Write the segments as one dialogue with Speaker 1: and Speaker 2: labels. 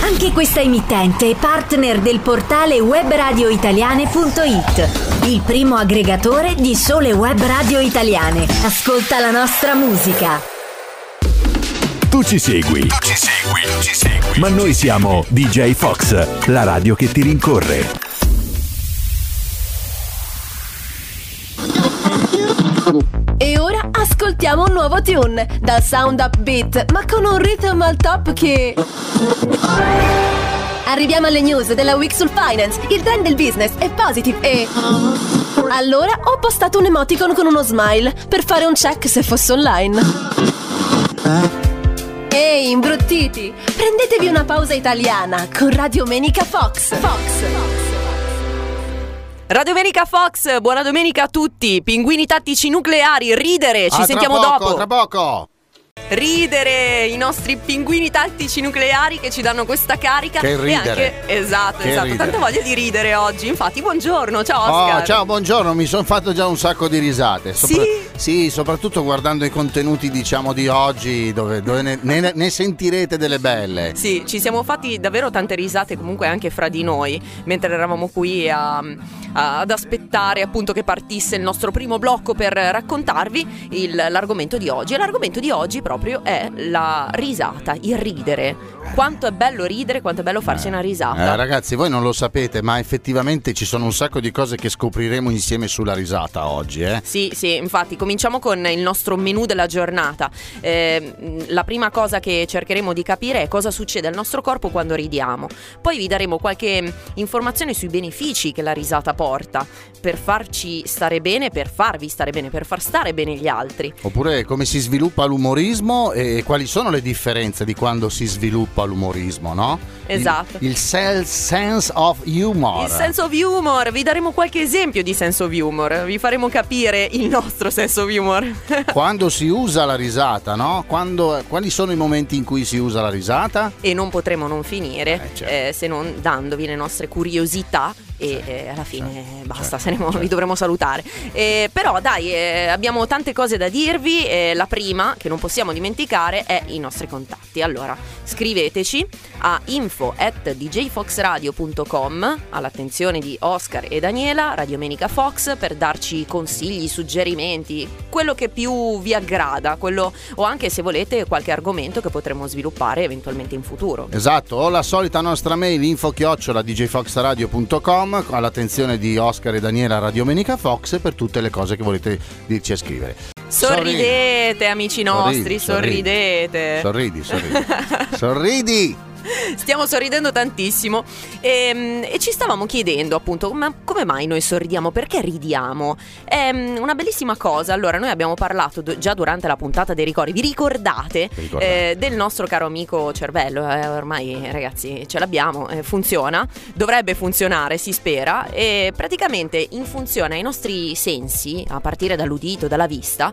Speaker 1: Anche questa emittente è partner del portale webradioitaliane.it, il primo aggregatore di sole web radio italiane. Ascolta la nostra musica.
Speaker 2: Tu ci segui. Ma noi siamo DJ Fox, la radio che ti rincorre.
Speaker 3: E ora ascoltiamo un nuovo tune dal sound upbeat, ma con un rhythm al top che... Arriviamo alle news della week sul finance. Il trend del business è positive e... Allora ho postato un emoticon con uno smile per fare un check se fosse online. Ehi, imbruttiti, prendetevi una pausa italiana con Radio Menica Fox.
Speaker 4: Radio Menica Fox, buona domenica a tutti. Pinguini tattici nucleari, ridere, ci sentiamo dopo.
Speaker 5: Tra poco.
Speaker 4: Ridere, i nostri pinguini tattici nucleari che ci danno questa carica.
Speaker 5: Che ridere.
Speaker 4: E anche, esatto,
Speaker 5: Ridere.
Speaker 4: tanta voglia di ridere oggi. Infatti, buongiorno, ciao Oscar.
Speaker 5: Ciao, buongiorno, mi sono fatto già un sacco di risate.
Speaker 4: Sì,
Speaker 5: soprattutto guardando i contenuti, diciamo, di oggi, dove ne sentirete delle belle.
Speaker 4: Sì, ci siamo fatti davvero tante risate comunque anche fra di noi, mentre eravamo qui ad aspettare appunto che partisse il nostro primo blocco per raccontarvi l'argomento di oggi. E l'argomento di oggi proprio è la risata, il ridere. Quanto è bello ridere, quanto è bello farsi una risata.
Speaker 5: Ragazzi, voi non lo sapete, ma effettivamente ci sono un sacco di cose che scopriremo insieme sulla risata oggi,
Speaker 4: Sì, infatti cominciamo con il nostro menù della giornata. La prima cosa che cercheremo di capire è cosa succede al nostro corpo quando ridiamo. Poi vi daremo qualche informazione sui benefici che la risata porta per farci stare bene, per farvi stare bene, per far stare bene gli altri.
Speaker 5: Oppure come si sviluppa l'umorismo e quali sono le differenze di quando si sviluppa l'umorismo, no?
Speaker 4: Esatto.
Speaker 5: Il sense of humor.
Speaker 4: Il sense of humor, vi daremo qualche esempio di sense of humor, vi faremo capire il nostro sense of humor.
Speaker 5: Quando si usa la risata, no? Quali sono i momenti in cui si usa la risata?
Speaker 4: E non potremo non finire
Speaker 5: certo.
Speaker 4: se non dandovi le nostre curiosità. E alla fine basta, vi dovremo salutare. Però dai, abbiamo tante cose da dirvi. La prima che non possiamo dimenticare è i nostri contatti. Allora, scriveteci a info@djfoxradio.com, all'attenzione di Oscar e Daniela, Radio Menica Fox, per darci consigli, suggerimenti, quello che più vi aggrada, o anche se volete qualche argomento che potremo sviluppare eventualmente in futuro.
Speaker 5: Esatto, o la solita nostra mail info@djfoxradio.com, all'attenzione di Oscar e Daniela, Radio Menica Fox, per tutte le cose che volete dirci a scrivere.
Speaker 4: Sorridete, amici nostri, sorridete.
Speaker 5: Sorridi.
Speaker 4: Stiamo sorridendo tantissimo e ci stavamo chiedendo appunto ma come mai noi sorridiamo, perché ridiamo. È una bellissima cosa. Allora, noi abbiamo parlato già durante la puntata dei ricordi, vi ricordate? Del nostro caro amico cervello. Ormai ragazzi ce l'abbiamo, funziona, dovrebbe funzionare, si spera, e praticamente in funzione ai nostri sensi, a partire dall'udito, dalla vista,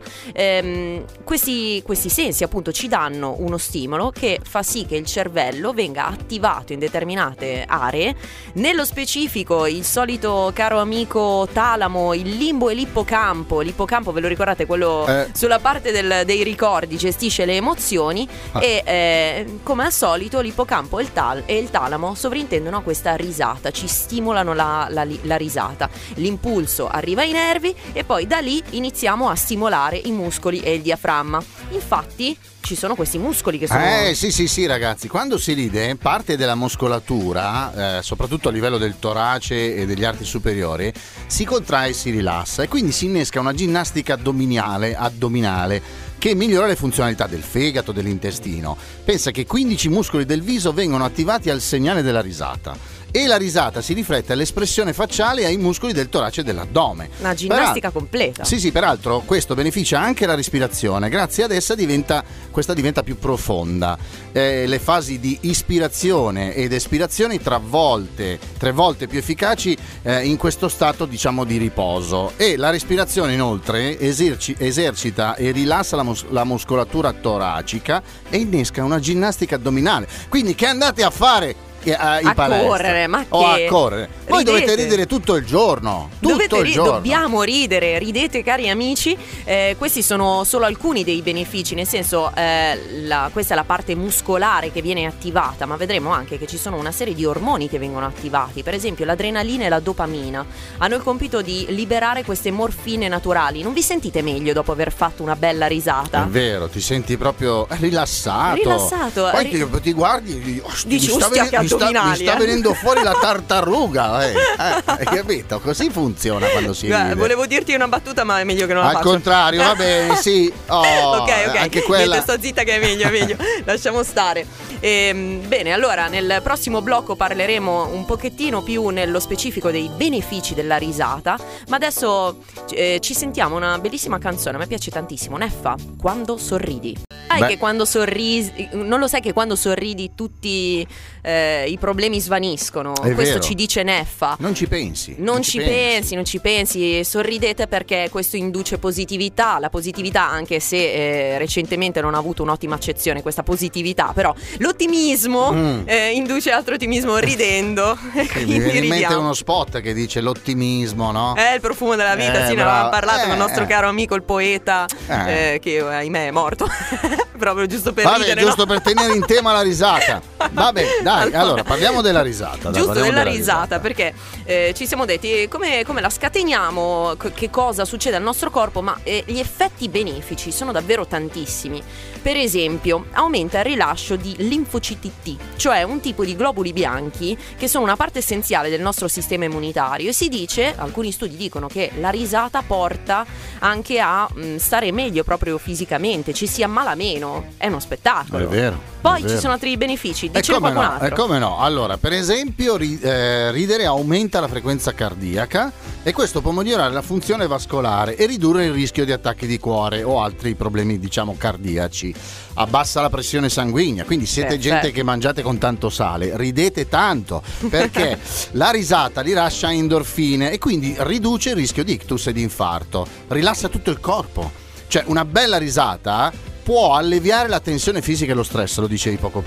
Speaker 4: questi sensi appunto ci danno uno stimolo che fa sì che il cervello venga attivato in determinate aree. Nello specifico il solito caro amico talamo, il limbo e l'ippocampo. L'ippocampo, ve lo ricordate, quello sulla parte dei ricordi, gestisce le emozioni. E come al solito l'ippocampo e il talamo sovrintendono a questa risata, ci stimolano la risata. L'impulso arriva ai nervi e poi da lì iniziamo a stimolare i muscoli e il diaframma. Infatti ci sono questi muscoli che sono...
Speaker 5: Sì ragazzi, quando si ride parte della muscolatura, soprattutto a livello del torace e degli arti superiori, si contrae e si rilassa, e quindi si innesca una ginnastica addominale che migliora le funzionalità del fegato, dell'intestino. Pensa che 15 muscoli del viso vengono attivati al segnale della risata, e la risata si riflette all'espressione facciale e ai muscoli del torace e dell'addome.
Speaker 4: Una ginnastica completa.
Speaker 5: Sì, peraltro questo beneficia anche la respirazione. Grazie ad essa questa diventa più profonda. Le fasi di ispirazione ed espirazione tre volte più efficaci in questo stato, diciamo, di riposo. E la respirazione inoltre esercita e rilassa la muscolatura toracica e innesca una ginnastica addominale. Quindi che andate a fare in palestra
Speaker 4: correre, ma
Speaker 5: o
Speaker 4: che
Speaker 5: a correre. Voi
Speaker 4: ridete.
Speaker 5: dovete ridere tutto il giorno.
Speaker 4: Dobbiamo ridere, ridete cari amici. Questi sono solo alcuni dei benefici, nel senso questa è la parte muscolare che viene attivata, ma vedremo anche che ci sono una serie di ormoni che vengono attivati, per esempio l'adrenalina e la dopamina hanno il compito di liberare queste morfine naturali. Non vi sentite meglio dopo aver fatto una bella risata?
Speaker 5: È vero, ti senti proprio rilassato. Poi ti guardi e
Speaker 4: dici ostia che addominali,
Speaker 5: mi sta venendo fuori la tartaruga. Hai capito? Così funziona quando si ride.
Speaker 4: Volevo dirti una battuta, ma è meglio che non la
Speaker 5: faccia.
Speaker 4: faccio.
Speaker 5: Al contrario, va bene, sì.
Speaker 4: Ok.
Speaker 5: Anche quella.
Speaker 4: Niente, sto zitta che è meglio. Lasciamo stare. Bene, allora nel prossimo blocco parleremo un pochettino più nello specifico dei benefici della risata. Ma adesso ci sentiamo una bellissima canzone. A me piace tantissimo, Neffa, Quando sorridi. Che quando sorridi, non lo sai che quando sorridi tutti i problemi svaniscono?
Speaker 5: È
Speaker 4: questo
Speaker 5: vero.
Speaker 4: ci dice Neffa.
Speaker 5: Non ci pensi.
Speaker 4: Non ci pensi, sorridete perché questo induce positività. La positività, anche se recentemente non ha avuto un'ottima accezione questa positività, però l'ottimismo induce altro ottimismo ridendo.
Speaker 5: Sì, mi viene in mente uno spot che dice l'ottimismo, no?
Speaker 4: È il profumo della vita, sì, ne avevamo parlato con il nostro caro amico il poeta che ahimè è morto. Proprio giusto per ridere,
Speaker 5: giusto
Speaker 4: no?
Speaker 5: per tenere in tema la risata. Vabbè, dai, allora parliamo della risata.
Speaker 4: Giusto, della risata, perché ci siamo detti come la scateniamo, che cosa succede al nostro corpo, ma gli effetti benefici sono davvero tantissimi. Per esempio, aumenta il rilascio di linfociti T, cioè un tipo di globuli bianchi che sono una parte essenziale del nostro sistema immunitario, e si dice, alcuni studi dicono che la risata porta anche a stare meglio proprio fisicamente, ci si ammala meno, è uno spettacolo.
Speaker 5: È vero.
Speaker 4: Poi ci sono altri benefici, dice qualcun altro.
Speaker 5: E come no? Allora, per esempio, ridere aumenta la frequenza cardiaca e questo può migliorare la funzione vascolare e ridurre il rischio di attacchi di cuore o altri problemi, diciamo, cardiaci. Abbassa la pressione sanguigna, quindi siete gente che mangiate con tanto sale, ridete tanto perché la risata rilascia endorfine e quindi riduce il rischio di ictus e di infarto, rilassa tutto il corpo. Cioè, una bella risata può alleviare la tensione fisica e lo stress, lo dicevi poco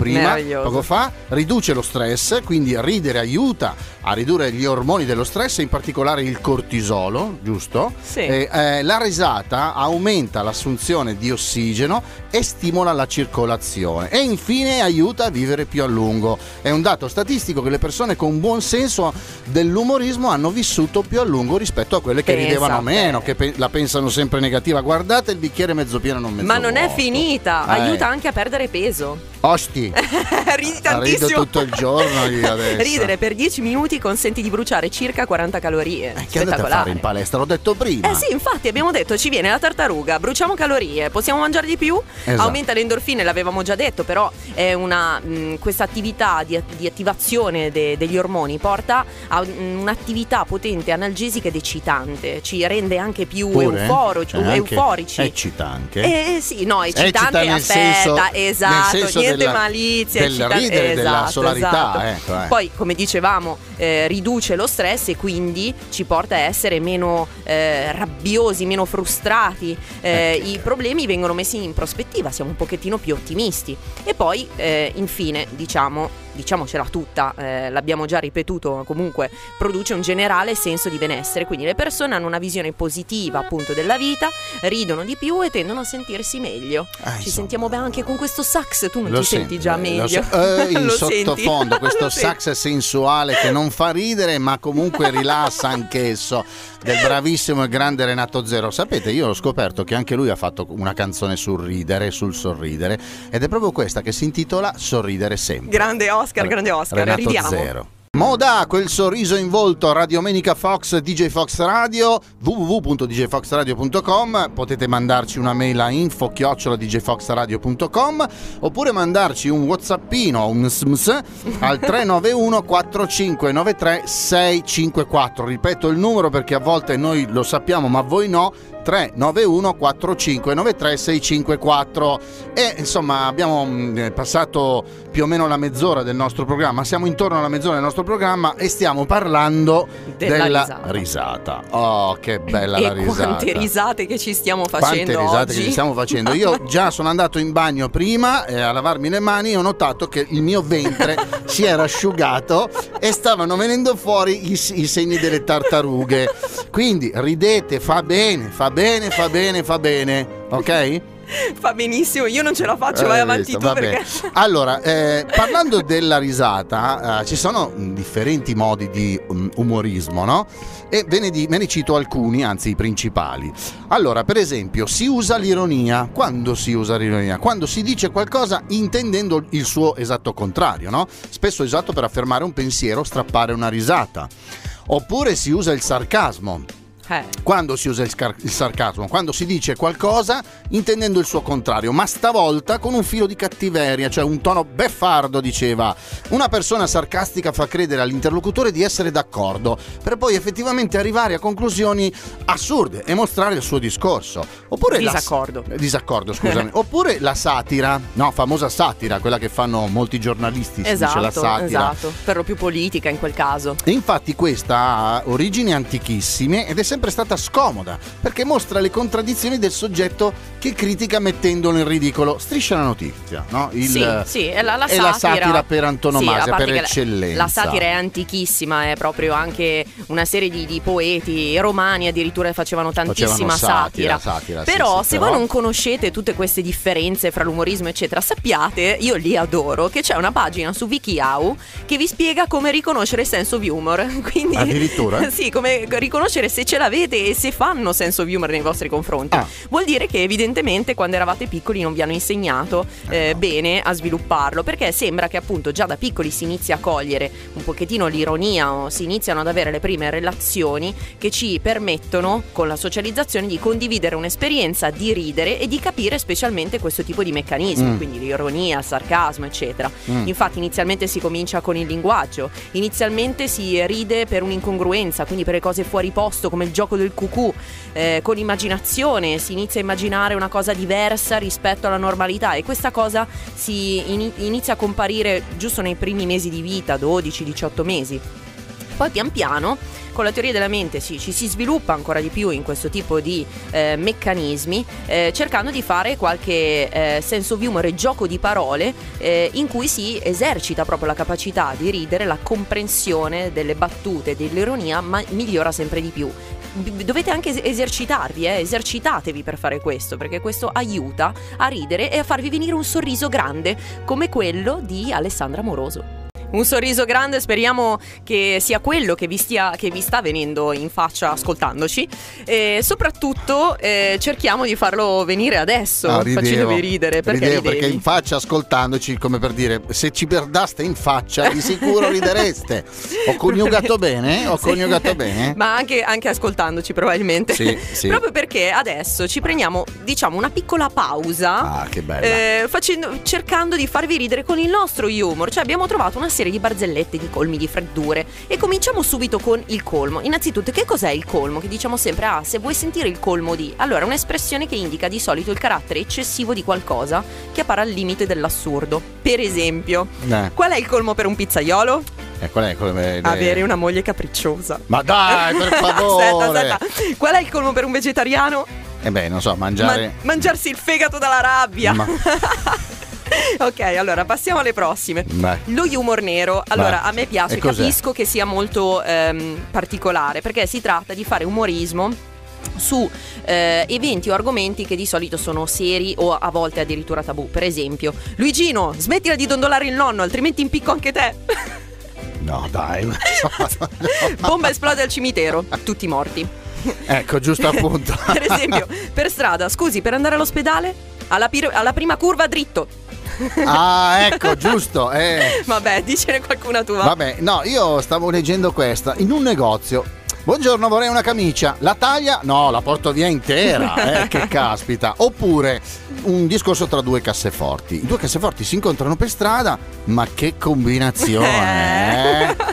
Speaker 5: fa, riduce lo stress, quindi ridere aiuta a ridurre gli ormoni dello stress, in particolare il cortisolo, giusto?
Speaker 4: Sì.
Speaker 5: La risata aumenta l'assunzione di ossigeno e stimola la circolazione e infine aiuta a vivere più a lungo. È un dato statistico che le persone con buon senso dell'umorismo hanno vissuto più a lungo rispetto a quelle che ridevano meno, che la pensano sempre negativa. Guardate il bicchiere mezzo pieno, non mezzo vuoto.
Speaker 4: Ma non è finita, aiuta anche a perdere peso.
Speaker 5: Osti,
Speaker 4: ridi tantissimo.
Speaker 5: Rido tutto il giorno io adesso.
Speaker 4: Ridere per 10 minuti consente di bruciare circa 40 calorie.
Speaker 5: Che andate a fare in palestra? L'ho detto prima.
Speaker 4: Sì, infatti abbiamo detto ci viene la tartaruga, bruciamo calorie, possiamo mangiare di più, aumenta le endorfine, l'avevamo già detto, però è questa attività di attivazione degli ormoni porta a un'attività potente, analgesica ed eccitante, ci rende anche più euforici.
Speaker 5: Eccitante?
Speaker 4: Sì, no, eccitante, aspetta, esatto, niente malizia,
Speaker 5: del ridere, della solarità.
Speaker 4: Esatto. Poi, come dicevamo, riduce lo stress e quindi ci porta a essere meno rabbiosi, meno frustrati, i problemi vengono messi in prospettiva, siamo un pochettino più ottimisti. E poi infine diciamocela tutta, l'abbiamo già ripetuto, comunque produce un generale senso di benessere, quindi le persone hanno una visione positiva appunto della vita, ridono di più e tendono a sentirsi meglio. Ci sentiamo bene anche con questo sax, tu non ti senti già meglio?
Speaker 5: In sottofondo questo sax sensuale che non fa ridere ma comunque rilassa anch'esso, del bravissimo e grande Renato Zero. Sapete, io ho scoperto che anche lui ha fatto una canzone sul ridere, sul sorridere, ed è proprio questa che si intitola Sorridere sempre.
Speaker 4: Grande Oscar,
Speaker 5: Renato
Speaker 4: ridiamo.
Speaker 5: Zero. Moda, quel sorriso in volto, Radiomenica Fox, DJ Fox Radio, www.djfoxradio.com, potete mandarci una mail a info@djfoxradio.com oppure mandarci un whatsappino, un sms al 391 4593 654. Ripeto il numero perché a volte noi lo sappiamo ma voi no, 391 4593 654. E insomma abbiamo passato più o meno la mezz'ora del nostro programma, siamo intorno alla mezz'ora del nostro programma e stiamo parlando della risata. Oh, che bella la risata.
Speaker 4: Quante risate che ci stiamo facendo.
Speaker 5: Quante risate
Speaker 4: oggi.
Speaker 5: che ci stiamo facendo. Io già sono andato in bagno prima a lavarmi le mani e ho notato che il mio ventre si era asciugato e stavano venendo fuori i segni delle tartarughe. Quindi ridete, fa bene, ok?
Speaker 4: Fa benissimo, io non ce la faccio, vai avanti tu perché...
Speaker 5: Allora, parlando della risata, ci sono differenti modi di umorismo, no? E ve ne cito alcuni, anzi i principali. Allora, per esempio, si usa l'ironia. Quando si usa l'ironia? Quando si dice qualcosa intendendo il suo esatto contrario, no? Spesso usato per affermare un pensiero, strappare una risata. Oppure si usa il sarcasmo. Quando si usa il sarcasmo? Quando si dice qualcosa intendendo il suo contrario, ma stavolta con un filo di cattiveria, cioè un tono beffardo, diceva. Una persona sarcastica fa credere all'interlocutore di essere d'accordo, per poi effettivamente arrivare a conclusioni assurde e mostrare il suo discorso. Oppure disaccordo, scusami. Oppure la satira, no, famosa satira, quella che fanno molti giornalisti, si dice la satira.
Speaker 4: Esatto, per lo più politica in quel caso.
Speaker 5: E infatti questa ha origini antichissime ed è sempre stata scomoda perché mostra le contraddizioni del soggetto che critica mettendolo in ridicolo. Striscia la notizia, no?
Speaker 4: Sì, è la satira.
Speaker 5: È la satira per antonomasia, per eccellenza.
Speaker 4: La satira è antichissima, è proprio anche una serie di poeti romani addirittura facevano tantissima satira. Però se voi non conoscete tutte queste differenze fra l'umorismo eccetera, sappiate, io li adoro, che c'è una pagina su WikiHow che vi spiega come riconoscere sense of humor. Quindi,
Speaker 5: addirittura?
Speaker 4: Sì, come riconoscere se ce l'avete e se fanno sense of humor nei vostri confronti. Vuol dire che evidentemente quando eravate piccoli non vi hanno insegnato bene a svilupparlo, perché sembra che appunto già da piccoli si inizi a cogliere un pochettino l'ironia o si iniziano ad avere le prime relazioni che ci permettono con la socializzazione di condividere un'esperienza, di ridere e di capire specialmente questo tipo di meccanismi, quindi l'ironia, il sarcasmo eccetera. Infatti inizialmente si comincia con il linguaggio, inizialmente si ride per un'incongruenza, quindi per le cose fuori posto come il gioco del cucù, con immaginazione si inizia a immaginare una cosa diversa rispetto alla normalità e questa cosa si inizia a comparire giusto nei primi mesi di vita, 12-18 mesi. Poi pian piano con la teoria della mente ci si sviluppa ancora di più in questo tipo di meccanismi, cercando di fare qualche sense of humor e gioco di parole in cui si esercita proprio la capacità di ridere, la comprensione delle battute, dell'ironia, ma migliora sempre di più. Dovete anche esercitarvi, esercitatevi per fare questo, perché questo aiuta a ridere e a farvi venire un sorriso grande come quello di Alessandra Moroso. Un sorriso grande, speriamo che sia quello che vi sta venendo in faccia ascoltandoci e soprattutto cerchiamo di farlo venire adesso, facendovi ridere.
Speaker 5: Perché in faccia ascoltandoci, come per dire, se ci perdaste in faccia di sicuro ridereste. Ho coniugato bene? Ho coniugato bene?
Speaker 4: Ma anche ascoltandoci probabilmente.
Speaker 5: Sì.
Speaker 4: Proprio perché adesso ci prendiamo, diciamo, una piccola pausa.
Speaker 5: Che bella.
Speaker 4: Cercando di farvi ridere con il nostro humor. Cioè abbiamo trovato una serie di barzellette, di colmi, di freddure e cominciamo subito con il colmo. Innanzitutto, che cos'è il colmo? Che diciamo sempre, se vuoi sentire il colmo di... Allora, un'espressione che indica di solito il carattere eccessivo di qualcosa che appare al limite dell'assurdo. Per esempio, qual è il colmo per un pizzaiolo?
Speaker 5: Qual è?
Speaker 4: Avere una moglie capricciosa.
Speaker 5: Ma dai, per favore!
Speaker 4: Aspetta. Qual è il colmo per un vegetariano?
Speaker 5: Non so, mangiare...
Speaker 4: mangiarsi il fegato dalla rabbia. Ok, allora passiamo alle prossime. Lo humor nero. Allora, a me piace, capisco che sia molto particolare, perché si tratta di fare umorismo su eventi o argomenti che di solito sono seri o a volte addirittura tabù. Per esempio, Luigino, smettila di dondolare il nonno, altrimenti impicco anche te.
Speaker 5: No, dai.
Speaker 4: Bomba esplode al cimitero, tutti morti.
Speaker 5: Ecco, giusto appunto.
Speaker 4: Per esempio, per strada, scusi, per andare all'ospedale? Alla prima curva dritto.
Speaker 5: Ecco, giusto.
Speaker 4: Vabbè, dicene qualcuna tua.
Speaker 5: Vabbè, no, io stavo leggendo questa. In un negozio: buongiorno, vorrei una camicia. La taglia? No, la porto via intera. Che caspita. Oppure un discorso tra due casseforti. I due casseforti si incontrano per strada. Ma che combinazione,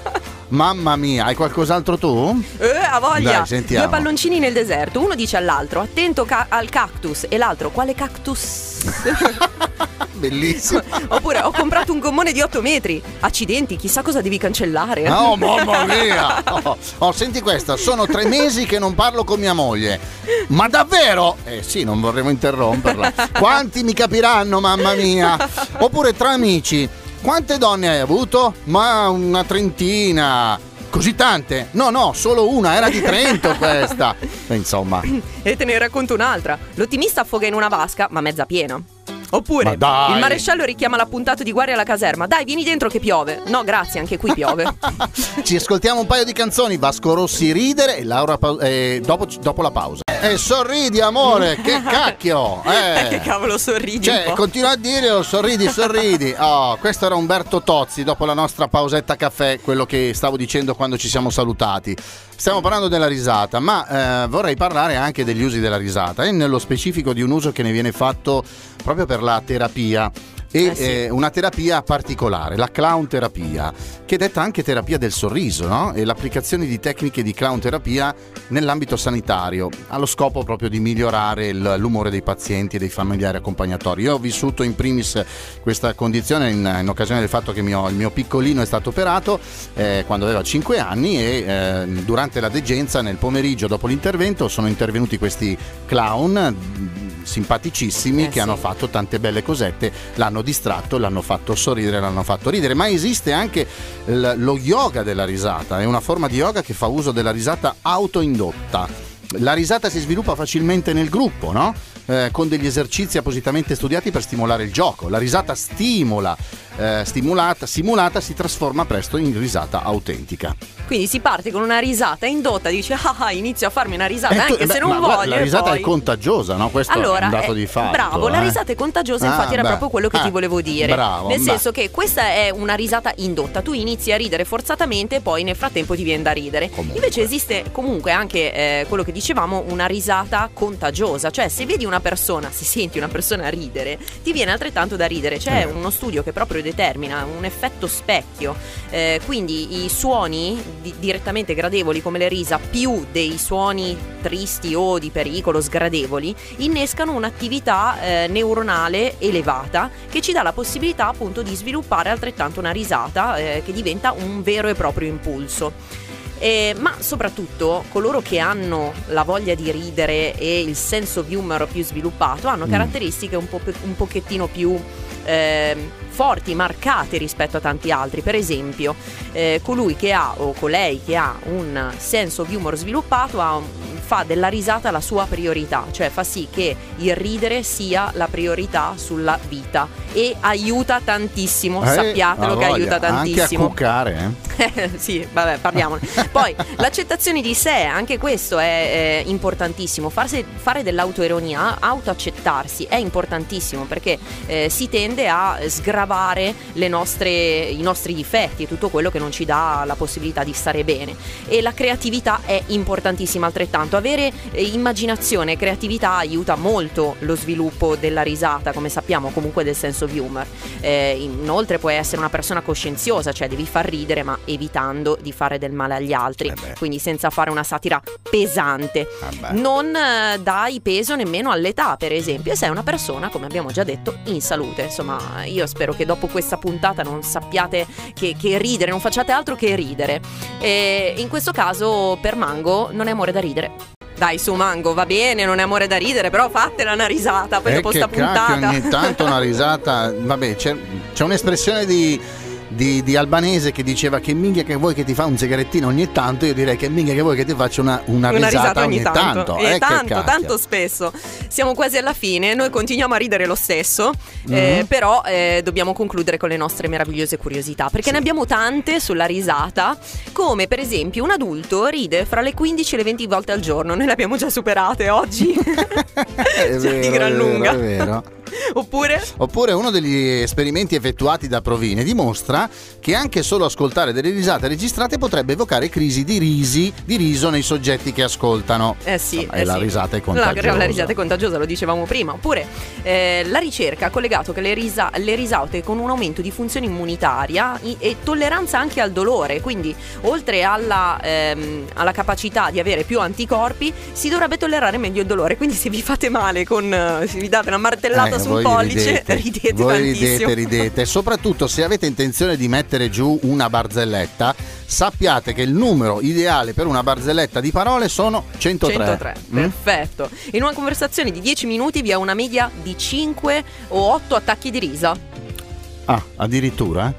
Speaker 5: Mamma mia, hai qualcos'altro tu?
Speaker 4: Ha voglia.
Speaker 5: Dai, sentiamo.
Speaker 4: Due palloncini nel deserto, uno dice all'altro attento al cactus e l'altro quale cactus?
Speaker 5: Bellissimo.
Speaker 4: Oppure ho comprato un gommone di 8 metri. Accidenti, chissà cosa devi cancellare.
Speaker 5: Oh mamma mia. Senti questa, sono 3 mesi che non parlo con mia moglie. Ma davvero? Sì, non vorremmo interromperla. Quanti mi capiranno, mamma mia? Oppure tra amici, quante donne hai avuto? Ma una trentina. Così tante? No, solo una, era di Trento questa. Insomma.
Speaker 4: E te ne racconto un'altra. L'ottimista affoga in una vasca, ma mezza piena. Oppure il maresciallo richiama l'appuntato di guardia alla caserma. Dai, vieni dentro che piove. No, grazie, anche qui piove.
Speaker 5: Ci ascoltiamo un paio di canzoni. Vasco Rossi, Ridere, e Laura dopo la pausa. Sorridi, amore, che cacchio.
Speaker 4: Che cavolo sorridi?
Speaker 5: Cioè, continua a dire sorridi. Questo era Umberto Tozzi dopo la nostra pausetta caffè, quello che stavo dicendo quando ci siamo salutati. Stiamo parlando della risata, ma vorrei parlare anche degli usi della risata e nello specifico di un uso che ne viene fatto proprio per la terapia. E una terapia particolare, la clown terapia, che è detta anche terapia del sorriso, no? E l'applicazione di tecniche di clown terapia nell'ambito sanitario, allo scopo proprio di migliorare l'umore dei pazienti e dei familiari accompagnatori. Io ho vissuto in primis questa condizione in occasione del fatto che il mio piccolino è stato operato quando aveva 5 anni e durante la degenza nel pomeriggio dopo l'intervento sono intervenuti questi clown simpaticissimi che hanno fatto tante belle cosette, l'hanno distratto, l'hanno fatto sorridere, l'hanno fatto ridere. Ma esiste anche lo yoga della risata, è una forma di yoga che fa uso della risata autoindotta. La risata si sviluppa facilmente nel gruppo, no? Con degli esercizi appositamente studiati per stimolare il gioco. La risata simulata si trasforma presto in risata autentica.
Speaker 4: Quindi si parte con una risata indotta, dice inizio a farmi una risata se non voglio.
Speaker 5: La risata
Speaker 4: poi
Speaker 5: è contagiosa, no? Questo è un dato di fatto.
Speaker 4: Bravo, la risata è contagiosa, infatti era proprio quello che ti volevo dire.
Speaker 5: Bravo,
Speaker 4: nel senso che questa è una risata indotta, tu inizi a ridere forzatamente e poi nel frattempo ti viene da ridere. Invece esiste comunque anche quello che dicevamo, una risata contagiosa, cioè se vedi una persona, se senti una persona ridere, ti viene altrettanto da ridere. C'è uno studio che proprio determina un effetto specchio, quindi i suoni direttamente gradevoli come le risa più dei suoni tristi o di pericolo sgradevoli innescano un'attività neuronale elevata che ci dà la possibilità appunto di sviluppare altrettanto una risata che diventa un vero e proprio impulso. Ma soprattutto coloro che hanno la voglia di ridere e il senso di humor più sviluppato hanno caratteristiche un pochettino più forti, marcate rispetto a tanti altri. Per esempio colui che ha o colei che ha un senso di humor sviluppato fa della risata la sua priorità, cioè fa sì che il ridere sia la priorità sulla vita e aiuta tantissimo, sappiatelo che aiuta tantissimo.
Speaker 5: Anche a cuccare,
Speaker 4: sì, vabbè, parliamone. Poi l'accettazione di sé, anche questo è importantissimo. Fare dell'autoironia, autoaccettarsi è importantissimo perché si tende a sgravare i nostri difetti e tutto quello che non ci dà la possibilità di stare bene. E la creatività è importantissima altrettanto. Avere immaginazione e creatività aiuta molto lo sviluppo della risata, come sappiamo, comunque del senso di humor. Inoltre puoi essere una persona coscienziosa, cioè devi far ridere ma evitando di fare del male agli altri, quindi senza fare una satira pesante. Non dai peso nemmeno all'età, per esempio, e sei una persona, come abbiamo già detto, in salute. Insomma, io spero che dopo questa puntata non sappiate che ridere, non facciate altro che ridere. E in questo caso per Mango non è amore da ridere. Dai, su Mango, va bene, non è amore da ridere, però fatela una risata poi dopo sta puntata.
Speaker 5: Ogni tanto una risata, vabbè, c'è un'espressione di albanese che diceva che minchia che vuoi che ti fa un sigarettino ogni tanto, io direi che minchia che vuoi che ti faccia una risata ogni tanto.
Speaker 4: E tanto spesso. Siamo quasi alla fine, noi continuiamo a ridere lo stesso, però dobbiamo concludere con le nostre meravigliose curiosità, perché ne abbiamo tante sulla risata, come per esempio un adulto ride fra le 15 e le 20 volte al giorno. Noi le abbiamo già superate oggi.
Speaker 5: È vero,
Speaker 4: di gran lunga.
Speaker 5: È vero. Oppure uno degli esperimenti effettuati da Provine dimostra che anche solo ascoltare delle risate registrate potrebbe evocare crisi di riso nei soggetti che ascoltano. La risata è contagiosa.
Speaker 4: La risata è contagiosa, lo dicevamo prima. Oppure la ricerca ha collegato che le risate con un aumento di funzione immunitaria e tolleranza anche al dolore, quindi oltre alla capacità di avere più anticorpi si dovrebbe tollerare meglio il dolore, quindi se vi fate male se vi date una martellata sul pollice ridete tantissimo.
Speaker 5: Ridete, soprattutto se avete intenzione di mettere giù una barzelletta, sappiate che il numero ideale per una barzelletta di parole sono 103.
Speaker 4: Perfetto. In una conversazione di 10 minuti vi è una media di 5 o 8 attacchi di risa.
Speaker 5: Ah, addirittura?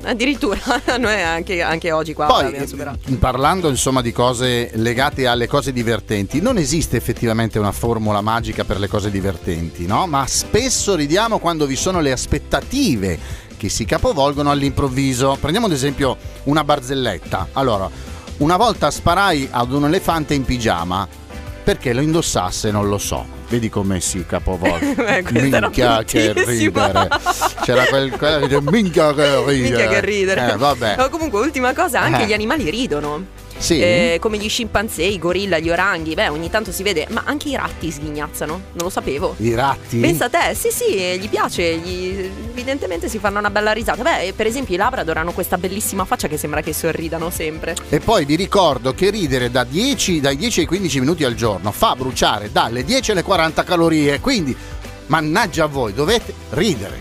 Speaker 4: Noi anche oggi qua
Speaker 5: poi,
Speaker 4: abbiamo superato.
Speaker 5: Parlando insomma di cose legate alle cose divertenti, non esiste effettivamente una formula magica per le cose divertenti, no? Ma spesso ridiamo quando vi sono le aspettative che si capovolgono all'improvviso. Prendiamo ad esempio una barzelletta. Allora, una volta sparai ad un elefante in pigiama, perché lo indossasse non lo so. Vedi come si capovolge. Minchia che ridere. C'era quella che dice minchia che ridere. Vabbè.
Speaker 4: No, comunque ultima cosa, anche gli animali ridono.
Speaker 5: Sì.
Speaker 4: Come gli scimpanzé, i gorilla, gli oranghi. Ogni tanto si vede. Ma anche i ratti sghignazzano. Non lo sapevo.
Speaker 5: I ratti?
Speaker 4: Pensa a te, sì, gli piace. Evidentemente si fanno una bella risata. Per esempio i Labrador hanno questa bellissima faccia che sembra che sorridano sempre.
Speaker 5: E poi vi ricordo che ridere dai 10 ai 15 minuti al giorno fa bruciare dalle 10 alle 40 calorie. Quindi mannaggia a voi, dovete ridere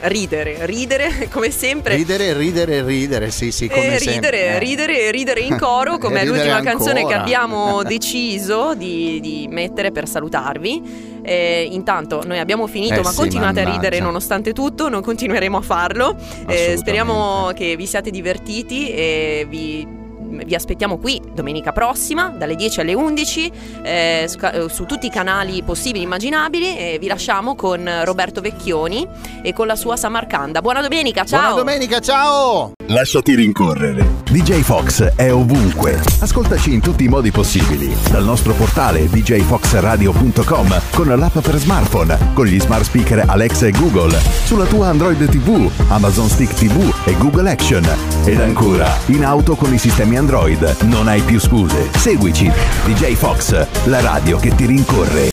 Speaker 5: come sempre. Ridere, sì, come sempre.
Speaker 4: Ridere in coro, come è l'ultima canzone che abbiamo deciso di mettere per salutarvi. Intanto noi abbiamo finito, ma continuate a ridere nonostante tutto. Noi continueremo a farlo. Speriamo che vi siate divertiti e vi aspettiamo qui domenica prossima dalle 10 alle 11 su tutti i canali possibili e immaginabili, e vi lasciamo con Roberto Vecchioni e con la sua Samarcanda. Buona domenica, ciao!
Speaker 2: Lasciati rincorrere. DJ Fox è ovunque. Ascoltaci in tutti i modi possibili. Dal nostro portale djfoxradio.com, con l'app per smartphone, con gli smart speaker Alexa e Google, sulla tua Android TV, Amazon Stick TV e Google Action. Ed ancora, in auto con i sistemi Android. Non hai più scuse. Seguici. DJ Fox, la radio che ti rincorre.